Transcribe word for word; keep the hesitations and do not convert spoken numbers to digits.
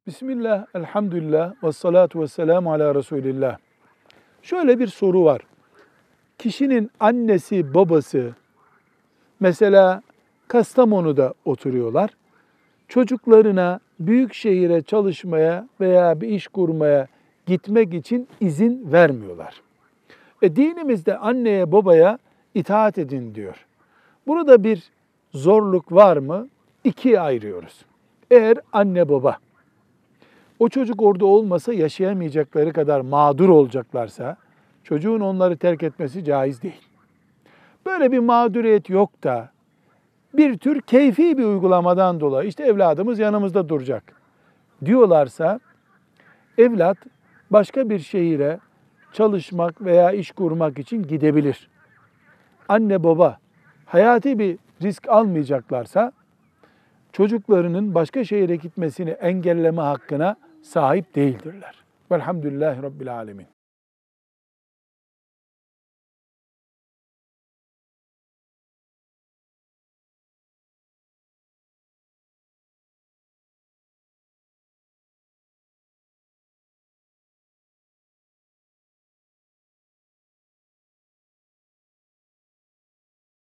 Bismillah, elhamdülillah, ve salatu ve selamu ala Resulillah. Şöyle bir soru var. Kişinin annesi, babası, mesela Kastamonu'da oturuyorlar. Çocuklarına büyük şehire çalışmaya veya bir iş kurmaya gitmek için izin vermiyorlar. E dinimizde anneye, babaya itaat edin diyor. Burada bir zorluk var mı? İkiye ayırıyoruz. Eğer anne baba, o çocuk orada olmasa yaşayamayacakları kadar mağdur olacaklarsa, çocuğun onları terk etmesi caiz değil. Böyle bir mağduriyet yok da, bir tür keyfi bir uygulamadan dolayı, işte evladımız yanımızda duracak diyorlarsa, evlat başka bir şehire çalışmak veya iş kurmak için gidebilir. Anne baba hayati bir risk almayacaklarsa, çocuklarının başka şehire gitmesini engelleme hakkına sahip değildirler. Velhamdülillahi Rabbil Alemin.